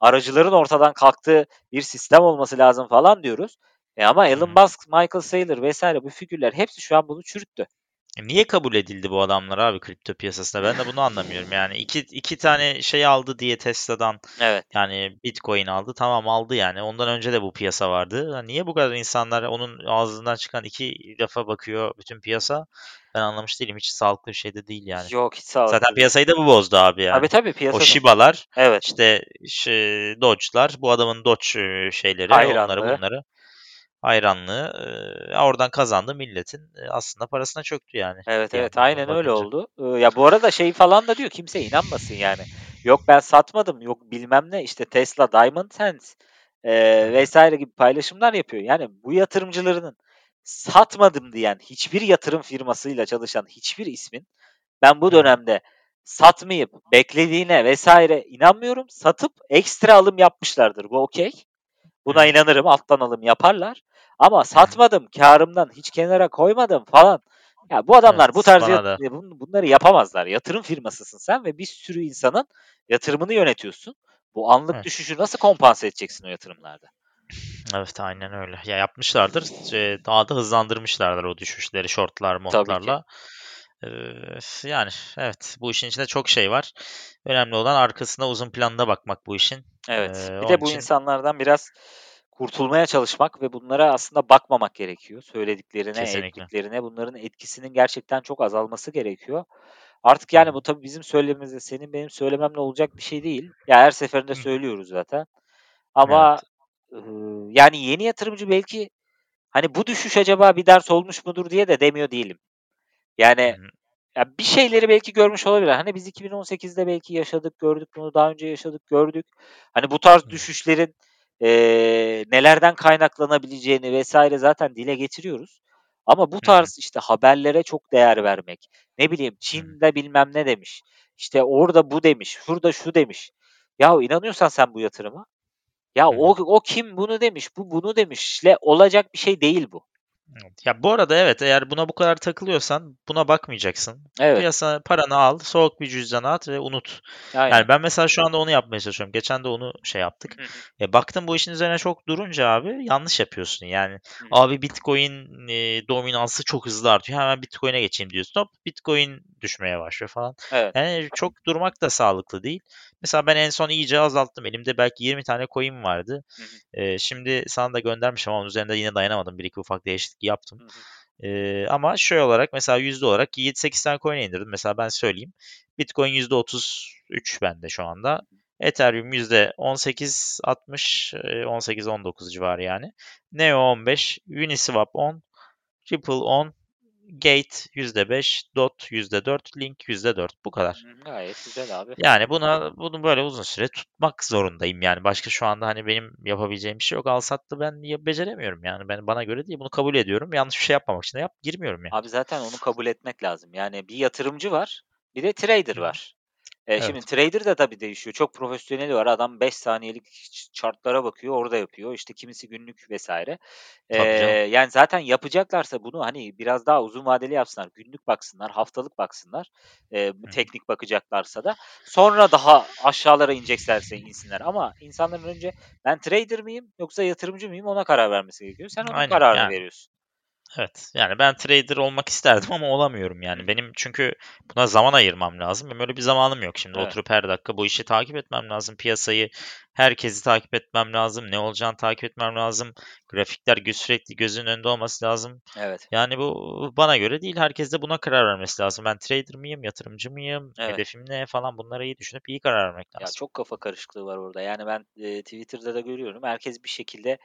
aracıların ortadan kalktığı bir sistem olması lazım falan diyoruz. E ama Elon Hı. Musk, Michael Saylor vesaire bu figürler hepsi şu an bunu çürüttü. E, Niye kabul edildi bu adamlar abi kripto piyasasında? Ben de bunu anlamıyorum. Yani iki, iki tane şey aldı diye Tesla'dan, Evet. yani Bitcoin aldı. Tamam, aldı yani. Ondan önce de bu piyasa vardı. Ha, Niye bu kadar insanlar onun ağzından çıkan iki defa bakıyor bütün piyasa? Ben anlamış değilim. Hiç sağlıklı bir şey de değil yani. Yok, hiç Zaten sağlıklı değil. piyasayı da bu bozdu abi Tabii yani. tabii O piyasada. Shiba'lar, Evet. işte şey, Doge'lar, bu adamın Doge e, şeyleri, onları Hayranlığı. bunları hayranlığı e, oradan kazandı, milletin e, aslında parasına çöktü yani Evet bir evet yandan aynen da öyle bakınca. oldu. Ee, ya bu arada şey falan da diyor kimse inanmasın yani. Yok ben satmadım yok bilmem ne işte Tesla Diamond Hands Hı e, hı, vesaire gibi paylaşımlar yapıyor. Yani bu yatırımcılarının satmadım diyen hiçbir yatırım firmasıyla çalışan hiçbir ismin ben bu hı hı, dönemde satmayıp beklediğine vesaire inanmıyorum. Satıp ekstra alım yapmışlardır. Bu okey. hı Buna hı, inanırım. Alttan alım yaparlar. Ama hı hı. satmadım, kârımdan hiç kenara koymadım falan. Ya bu adamlar bu Evet, tarz yat- bana da. e, bun- bunları yapamazlar. Yatırım firmasısın sen ve bir sürü insanın yatırımını yönetiyorsun. Bu anlık Evet. düşüşü nasıl kompanse edeceksin o yatırımlarda? Evet, aynen öyle. Ya yapmışlardır. e, Daha da hızlandırmışlardır o düşüşleri shortlar, Tabii ki. modlarla. Ee, Yani evet, bu işin içinde çok şey var. Önemli olan arkasında uzun planda bakmak bu işin. Evet. Ee, Bir onun de bu için insanlardan biraz kurtulmaya çalışmak ve bunlara aslında bakmamak gerekiyor. Söylediklerine, kesinlikle. ettiklerine bunların etkisinin gerçekten çok azalması gerekiyor. Artık Hı yani hı. bu tabii bizim söylememizle senin benim söylememle olacak bir şey değil. Ya her seferinde Hı hı. söylüyoruz zaten. Ama Evet. ııı, yani yeni yatırımcı belki hani bu düşüş acaba bir ders olmuş mudur diye de demiyor değilim. Hı Yani hı. ya, bir şeyleri belki görmüş olabilir. Hani, biz iki bin on sekizde belki yaşadık, gördük bunu, daha önce yaşadık, gördük. Hani, bu tarz Hı hı. düşüşlerin, eee, nelerden kaynaklanabileceğini vesaire zaten dile getiriyoruz. Ama bu Hı hı. tarz, işte, haberlere çok değer vermek, ne bileyim, Hı hı. Çin'de bilmem ne demiş, işte, orada bu demiş, şurada şu demiş. Yahu inanıyorsan sen bu yatırıma, ya Hı hı. o o kim bunu demiş, bu bunu demişle olacak bir şey değil bu. Evet. Ya bu arada evet, eğer buna bu kadar takılıyorsan buna bakmayacaksın. Evet, Piyasa paranı al, soğuk bir cüzdana at ve unut. aynen. Yani ben mesela şu anda onu yapmaya çalışıyorum. Geçen de onu şey yaptık. Hı hı. E, baktım bu işin üzerine çok durunca abi yanlış yapıyorsun. Yani Hı hı. abi Bitcoin e, dominansı çok hızlı artıyor. Hemen Bitcoin'e geçeyim diyorsun. Hop Bitcoin düşmeye başlıyor falan. Evet. Yani çok durmak da sağlıklı değil. Mesela ben en son iyice azalttım. Elimde belki yirmi tane coin vardı. Hı hı. Ee, şimdi sana da göndermişim ama onun üzerinde yine dayanamadım. Bir iki ufak değişiklik yaptım. Hı hı. Ee, ama şöyle olarak, mesela yüzde olarak yedi sekiz tane coin indirdim. Mesela ben söyleyeyim. Bitcoin yüzde otuz üç bende şu anda. Ethereum yüzde on sekiz altmış, e, on sekiz on dokuz civarı yani. Neo on beş, Uniswap on, Ripple on, Gate yüzde beş, Dot yüzde dört, Link yüzde dört. Bu kadar. Hı, gayet güzel abi. Yani buna bunu böyle uzun süre tutmak zorundayım. Yani başka şu anda hani benim yapabileceğim bir şey yok. Al sattı, ben ya- beceremiyorum yani. Ben, bana göre değil. Bunu kabul ediyorum. Yanlış bir şey yapmamak için de yap, girmiyorum yani. Abi zaten onu kabul etmek lazım. Yani bir yatırımcı var, bir de trader Hı hı. var. Eee, şimdi Evet. trader de tabii değişiyor. Çok profesyoneli var. Adam beş saniyelik ç chart'lara bakıyor, orada yapıyor. İşte kimisi günlük vesaire. Eee, Tabii canım. Yani zaten yapacaklarsa bunu, hani, biraz daha uzun vadeli yapsınlar. Günlük baksınlar, haftalık baksınlar. Eee, bu Hı hı. teknik bakacaklarsa da. Sonra daha aşağılara ineceklerse insinler. Ama insanların önce ben trader mıyım yoksa yatırımcı mıyım ona karar vermesi gerekiyor. Sen onun Aynen kararını yani. veriyorsun. Evet. Yani ben trader olmak isterdim ama olamıyorum Hı yani. hı. Benim çünkü buna zaman ayırmam lazım. Benim öyle bir zamanım yok. Şimdi Evet. oturup her dakika bu işi takip etmem lazım. Piyasayı, herkesi takip etmem lazım. Ne olacağını takip etmem lazım. Grafikler gö- sürekli gözünün önünde olması lazım. Evet. Yani bu bana göre değil. Herkes de buna karar vermesi lazım. Ben trader mıyım, yatırımcı mıyım, Evet. hedefim ne falan, bunları iyi düşünüp iyi karar vermek Ya, lazım. çok kafa karışıklığı var orada. Yani ben, eee, Twitter'da da görüyorum. Herkes bir şekilde,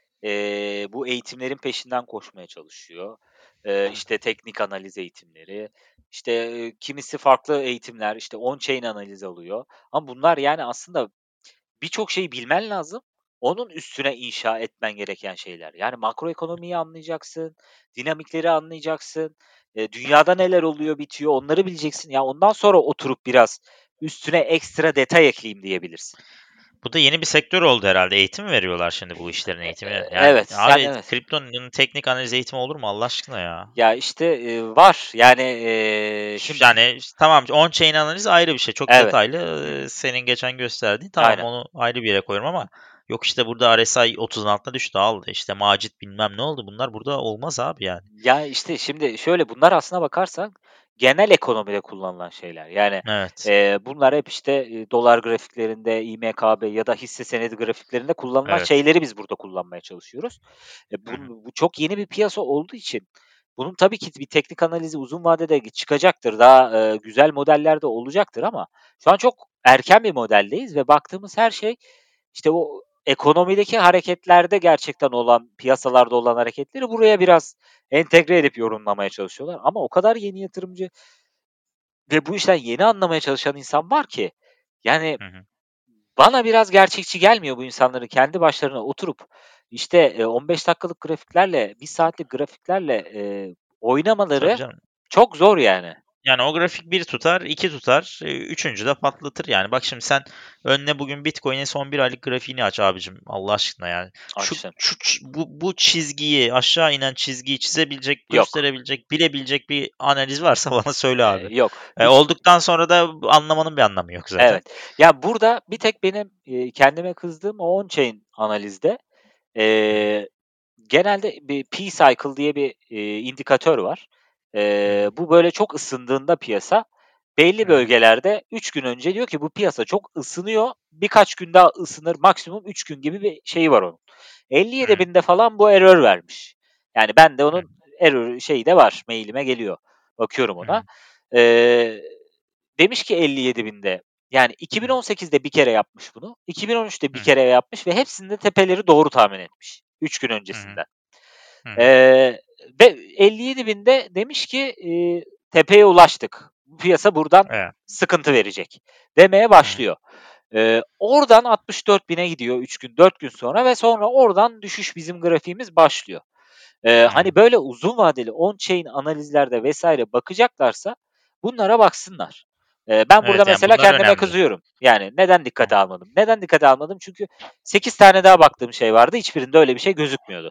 eee, bu eğitimlerin peşinden koşmaya çalışıyor. Eee, işte, teknik analiz eğitimleri, işte, eee, kimisi farklı eğitimler, işte, on-chain analiz alıyor. Ama bunlar, yani, aslında birçok şeyi bilmen lazım. Onun üstüne inşa etmen gereken şeyler. Yani makroekonomiyi anlayacaksın, dinamikleri anlayacaksın, eee, dünyada neler oluyor, bitiyor onları bileceksin. Ya, ondan sonra oturup biraz üstüne ekstra detay ekleyeyim diyebilirsin. Bu da yeni bir sektör oldu herhalde. Eğitim mi veriyorlar şimdi bu işlerin eğitimi? Yani Evet, yani abi evet. kriptonun teknik analiz eğitimi olur mu Allah aşkına ya? Ya işte e, var. Yani e, Ş- şimdi Yani tamam on-chain analiz ayrı bir şey. Çok evet. detaylı. Hı hı. Ee, Senin geçen gösterdiğin tamam Aynen. onu ayrı bir yere koyuyorum ama yok işte burada R S I otuzun altına düştü aldı. İşte Macit bilmem ne oldu. Bunlar burada olmaz abi yani. Ya işte şimdi şöyle bunlar aslına bakarsan genel ekonomide kullanılan şeyler. Yani Evet. e, bunlar hep işte e, dolar grafiklerinde, İ M K B ya da hisse senedi grafiklerinde kullanılan Evet. şeyleri biz burada kullanmaya çalışıyoruz. E, Hı bu, hı. bu çok yeni bir piyasa olduğu için bunun tabii ki bir teknik analizi uzun vadede çıkacaktır. Daha e, güzel modeller de olacaktır ama şu an çok erken bir modeldeyiz ve baktığımız her şey işte o ekonomideki hareketlerde gerçekten olan, piyasalarda olan hareketleri buraya biraz entegre edip yorumlamaya çalışıyorlar. Ama o kadar yeni yatırımcı ve bu işten yeni anlamaya çalışan insan var ki yani Hı hı. bana biraz gerçekçi gelmiyor bu insanların kendi başlarına oturup işte e, on beş dakikalık grafiklerle, bir saatlik grafiklerle e, Tabii oynamaları canım. çok zor yani. Yani o grafik bir tutar, iki tutar, e, üçüncü de patlatır yani. Bak şimdi sen önüne bugün Bitcoin'in son bir aylık grafiğini aç abicim Allah aşkına yani. Şu, Açtım. şu ç- bu, bu çizgiyi aşağı inen çizgiyi çizebilecek, Yok. gösterebilecek, bilebilecek bir analiz varsa bana söyle E, abi. yok. E, olduktan sonra da anlamanın bir anlamı yok zaten. Evet. Ya, burada bir tek benim, eee, kendime kızdığım o on-chain analizde, Hı hı, eee, genelde bir P-cycle diye bir, eee, indikatör var. hı Eee, hı, bu böyle çok ısındığında piyasa, belli hı hı, bölgelerde üç gün önce diyor ki bu piyasa çok ısınıyor, birkaç gün daha ısınır, maksimum üç gün gibi bir şeyi var onun. hı hı, elli yedi binde falan bu error vermiş. Yani ben de hı onun error şeyi de var, mailime geliyor. Bakıyorum hı, ona. Eee Demiş ki elli yedi binde. Yani hı iki bin on sekizde bir kere yapmış bunu. iki bin on üçte bir hı, kere yapmış ve hepsinde tepeleri doğru tahmin etmiş üç gün hı hı, öncesinden. hı hı. Eee, ve elli yedi binde demiş ki, eee, tepeye ulaştık. Bu piyasa buradan Evet. sıkıntı verecek demeye Hı hı, başlıyor. Eee, oradan altmış dört bine gidiyor üç gün, dört gün sonra ve sonra oradan düşüş bizim grafiğimiz başlıyor. Eee, hı hı. hani, böyle uzun vadeli on-chain analizlerde vesaire bakacaklarsa bunlara baksınlar. Eee, ben burada Evet yani mesela bunlar kendime önemli. kızıyorum. Yani neden Hı dikkate almadım? Neden dikkate almadım? Çünkü sekiz tane daha baktığım şey vardı. Hiçbirinde öyle bir şey gözükmüyordu.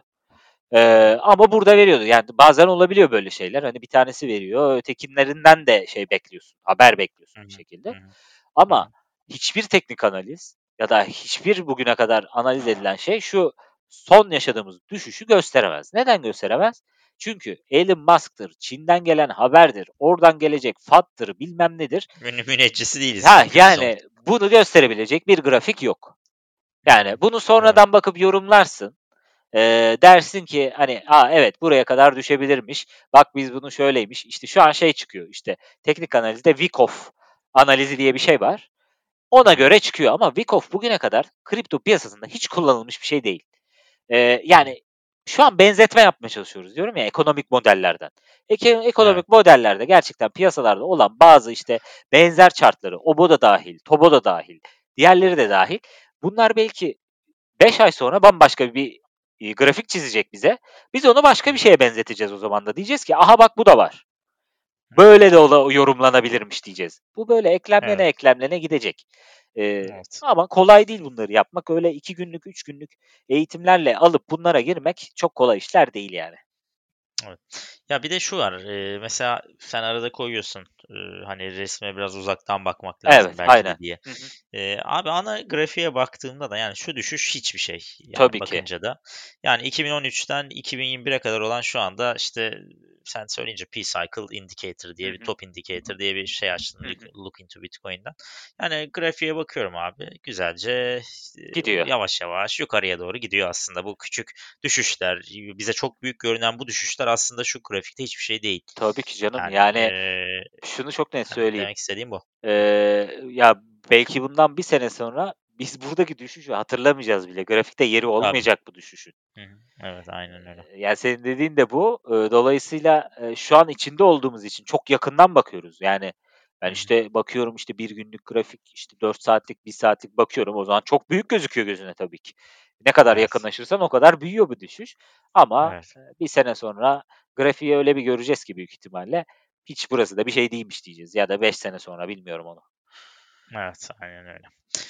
hı, Eee, ama burada veriyordu. Yani bazen olabiliyor böyle şeyler. Hani bir tanesi veriyor, ötekinlerinden de şey bekliyorsun, haber hı bekliyorsun bir hı, şekilde. hı hı, hı Ama hı. hiçbir teknik analiz ya da hiçbir bugüne kadar analiz edilen şey şu son yaşadığımız düşüşü gösteremez. Neden gösteremez? Çünkü Elon Musk'tır, Çin'den gelen haberdir, oradan gelecek F A D'tır, bilmem nedir. Müne müneccisi değiliz Ha günün yani sonunda. bunu gösterebilecek bir grafik yok. Hı hı. Yani bunu Doğru. sonradan bakıp yorumlarsın. Eee, dersin ki hani, "A, evet buraya kadar düşebilirmiş. Bak biz bunu şöyleymiş." İşte şu an şey çıkıyor işte teknik analizde Wyckoff analizi diye bir şey var. Hı Ona hı. göre çıkıyor ama Wyckoff bugüne kadar kripto piyasasında hiç kullanılmış bir şey değil. Eee, Hı hı. yani şu an benzetme yapmaya çalışıyoruz diyorum ya ekonomik modellerden. Eke Evet. ekonomik modellerde gerçekten piyasalarda olan bazı işte benzer chart'ları, O B O da dâhil, T O B O da dâhil, diğerleri de dâhil, bunlar belki beş ay sonra bambaşka bir, iii, grafik çizecek bize. Biz onu Hı başka bir hı. şeye benzeteceğiz o zaman da. Diyeceğiz ki, "Aha bak bu da var. Hı hı. Böyle de ola yorumlanabilirmiş." diyeceğiz. Bu böyle eklemlene Evet. eklemlene gidecek. Eee, Evet. ama kolay değil bunları yapmak. Öyle iki günlük, üç günlük eğitimlerle alıp bunlara girmek çok kolay işler değil yani. Evet. Ya bir de şu var. eee, mesela sen arada koyuyorsun. eee, hani resme biraz uzaktan bakmak lazım Evet, belki aynen. de diye. Hı hı. Eee, abi ana grafiğe baktığımda da yani şu düşüş hiçbir şey. Yani Tabii ki. bakınca da. Yani iki bin on üçten iki bin yirmi bire kadar olan şu anda işte sen söyleyince P-Cycle Indicator Hı diye bir hı. top indicator diye bir şey açtın. Hı Look, hı. look into Bitcoin'den. Yani grafiğe bakıyorum abi. Güzelce eee, Gidiyor. yavaş yavaş yukarıya doğru gidiyor aslında. Bu küçük düşüşler, bize çok büyük görünen bu düşüşler aslında şu grafikte hiçbir şey değil. Tabii ki canım. Yani, Yani eee, şunu çok net hani, söyleyeyim. demek istediğim bu. Hı. Eee, ya, belki bundan bir sene sonra biz buradaki düşüşü hatırlamayacağız bile. Grafikte yeri Tabii. olmayacak bu düşüşün. Hı hı. Evet, aynen öyle. Eee, yani, senin dediğin de bu. Eee, dolayısıyla, eee, şu an içinde olduğumuz için çok yakından bakıyoruz. Yani, Hı ben, hı. işte, bakıyorum, işte, bir günlük grafik, işte, dört saatlik, bir saatlik bakıyorum. O zaman çok büyük gözüküyor gözüne tabii ki. Ne kadar Evet, yakınlaşırsan o kadar büyüyor bu düşüş. Ama, evet, eee, bir sene sonra grafiği öyle bir göreceğiz ki büyük ihtimalle, hiç burası da bir şey değilmiş diyeceğiz ya da beş sene sonra bilmiyorum onu. evet, aynen öyle.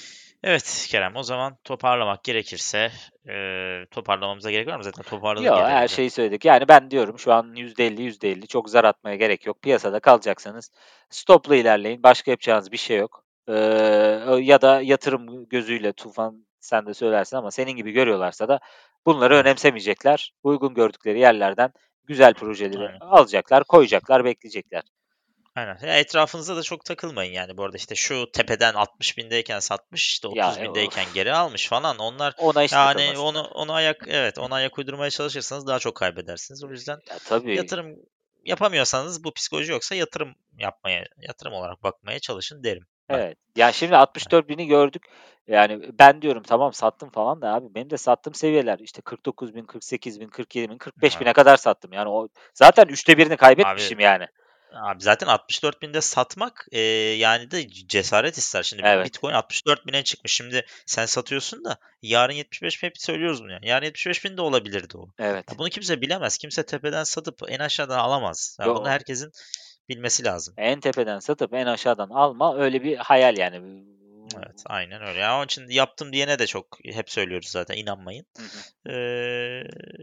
Evet Kerem, o zaman toparlamak gerekirse e, toparlamamıza gerek var mı? Zaten toparladın Yo, her genelinde. şeyi söyledik. Yani ben diyorum şu an yüzde elli yüzde elli çok zar atmaya gerek yok. Piyasada kalacaksanız stopla ilerleyin. Başka yapacağınız bir şey yok. Ee, ya da yatırım gözüyle Tufan sen de söylersin ama senin gibi görüyorlarsa da bunları Evet, önemsemeyecekler. Uygun gördükleri yerlerden güzel projeleri aynen. alacaklar, koyacaklar, bekleyecekler. Aynen. Ya etrafınıza da çok takılmayın yani. Bu arada işte şu tepeden altmış bindeyken satmış, işte Ya otuz e, bindeyken of, geri almış falan. Onlar ona hiç yani onu takılmasınlar. onu ayak evet ona ayak uydurmaya çalışırsanız daha çok kaybedersiniz. O yüzden Ya tabii. yatırım yapamıyorsanız, bu psikoloji yoksa yatırım yapmaya, yatırım olarak bakmaya çalışın derim ben. Evet. Ya şimdi altmış dört bini gördük. Yani ben diyorum tamam sattım falan da abi benim de sattığım seviyeler işte kırk dokuz bin, kırk sekiz bin, kırk yedi bin, kırk beş Evet. bine kadar sattım. Yani o zaten üçte birini Abi kaybetmişim yani. Abi zaten altmış dört binde satmak eee, yani de cesaret ister. Şimdi Evet. Bitcoin altmış dört bine çıkmış. Şimdi sen satıyorsun da yarın yetmiş beş bin, hep söylüyoruz bunu yani. Yarın yetmiş beş bin de olabilirdi o. Ya Evet. bunu kimse bilemez. Kimse tepeden satıp en aşağıdan alamaz. Ya bunu Yo, herkesin bilmesi lazım. en tepeden satıp en aşağıdan alma öyle bir hayal yani. Evet, aynen öyle. Ya onun için yaptım diyene de çok hep söylüyoruz zaten, inanmayın. Hı hı. Eee,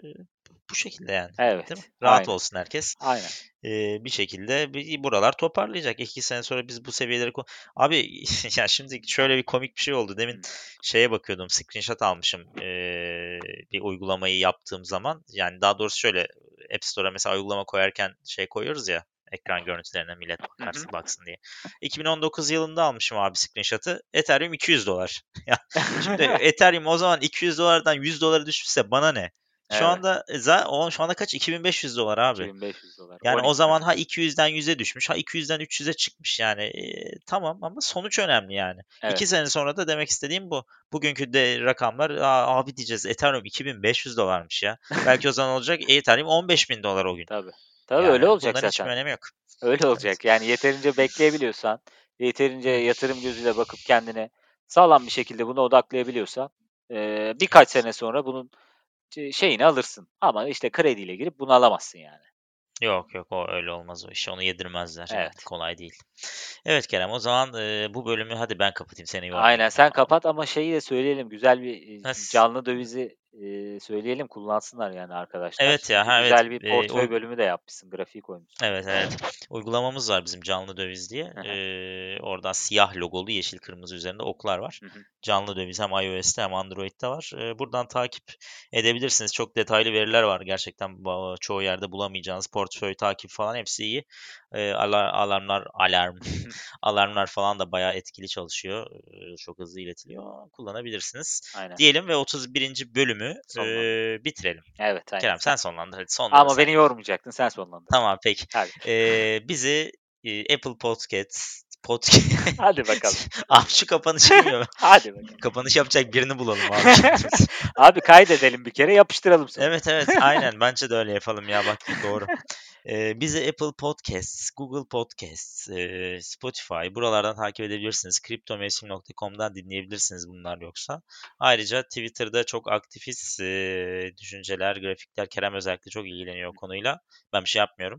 Bu şekilde yani. Değil mi? Evet. Rahat Aynen. olsun herkes. Aynen. Eee, bir şekilde bi buralar toparlayacak. iki sene sonra biz bu seviyeleri ko Abi ya şimdi şöyle bir komik bir şey oldu. Demin Hı. şeye bakıyordum, screenshot almışım, eee, bir uygulamayı yaptığım zaman. Yani daha doğrusu şöyle, App Store'a mesela uygulama koyarken şey koyuyoruz ya, ekran görüntülerine millet Hı hı. bakarsın baksın diye. iki bin on dokuz yılında almışım abi screenshot'ı. Ethereum iki yüz dolar. Ya şimdi Ethereum o zaman iki yüz dolardan yüz dolara düşmüşse bana ne? Şu Evet. anda e, za o şu anda kaç? iki bin beş yüz dolar abi. iki bin beş yüz dolar. Yani o on iki zaman kat. ha iki yüzden yüze düşmüş, ha iki yüzden üç yüze çıkmış yani. Eee, tamam ama sonuç önemli yani. Evet. iki sene sonra da demek istediğim bu. Bugünkü de rakamlar, "A, abi diyeceğiz, Ethereum iki bin beş yüz dolarmış ya." Belki o zaman olacak Ethereum on beş bin dolar o gün. Tabii. Tabii öyle Yani olacak bunların hiçbir zaten. önemi yok. Öyle Evet. olacak. Yani yeterince bekleyebiliyorsan, yeterince Hı, yatırım gözüyle bakıp kendine sağlam bir şekilde buna odaklayabiliyorsan, eee, birkaç evet. sene sonra bunun ç şeyini alırsın. Ama işte krediyle girip bunu alamazsın yani. Yok yok, o öyle olmaz o iş. Onu yedirmezler yani. Evet. Kolay değil. Evet Kerem, o zaman eee, bu bölümü hadi ben kapatayım, seni Aynen, yormayayım ya. sen kapat ama şeyi de söyleyelim, güzel bir, eee, Nasıl? canlı dövizi, eee, söyleyelim, kullansınlar yani arkadaşlar. Evet ya, Çünkü ha evet. güzel bir Eee, portföy o bölümü de yapmışsın, grafiği koymuşsun. Evet, evet. Uygulamamız var bizim, canlı döviz diye. Hı hı. Eee, oradan siyah logolu, yeşil kırmızı üzerinde oklar var. Hı hı. Canlı döviz hem iOS'te hem Android'de var. Eee, buradan takip edebilirsiniz. Çok detaylı veriler var. Gerçekten ba- çoğu yerde bulamayacağınız portföy takip falan hepsi iyi. Eee, ala- alarmlar, alarm, alarmlar falan da bayağı etkili çalışıyor. Eee, çok hızlı iletiliyor. Kullanabilirsiniz. Aynen, Diyelim ve otuz birinci bölümü sonlandır. eee, bitirelim. Evet, aynen. Kerem Sen sen sonlandır. Hadi sonları ama sen beni yap. yormayacaktın, sen sonlandır. Tamam, peki. Hadi. Eee, bizi, eee, Apple Podcasts podca Hadi bakalım. Abi şu kapanışı kim ya? Hadi bakalım. Kapanış yapacak birini bulalım abi. Abi kaydedelim bir kere, yapıştıralım sonra. Evet, evet, aynen, bence de öyle yapalım ya, bak doğru. Eee, bizi Apple Podcasts, Google Podcasts, eee, Spotify, buralardan takip edebilirsiniz. kriptomevsim nokta com'dan dinleyebilirsiniz bunlar yoksa. Ayrıca Twitter'da çok aktifiz. Eee, düşünceler, grafikler, Kerem özellikle çok ilgileniyor o konuyla. Ben bir şey yapmıyorum.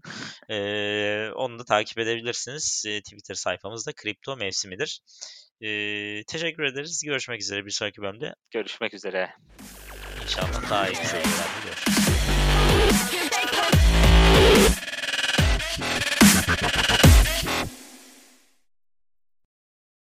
Eee, onu da takip edebilirsiniz. Eee, Twitter sayfamız da Kripto Mevsimidir. Eee, teşekkür ederiz. Görüşmek üzere bir sonraki bölümde. Görüşmek üzere. İnşallah daha iyi bir seviyelerde görüşürüz.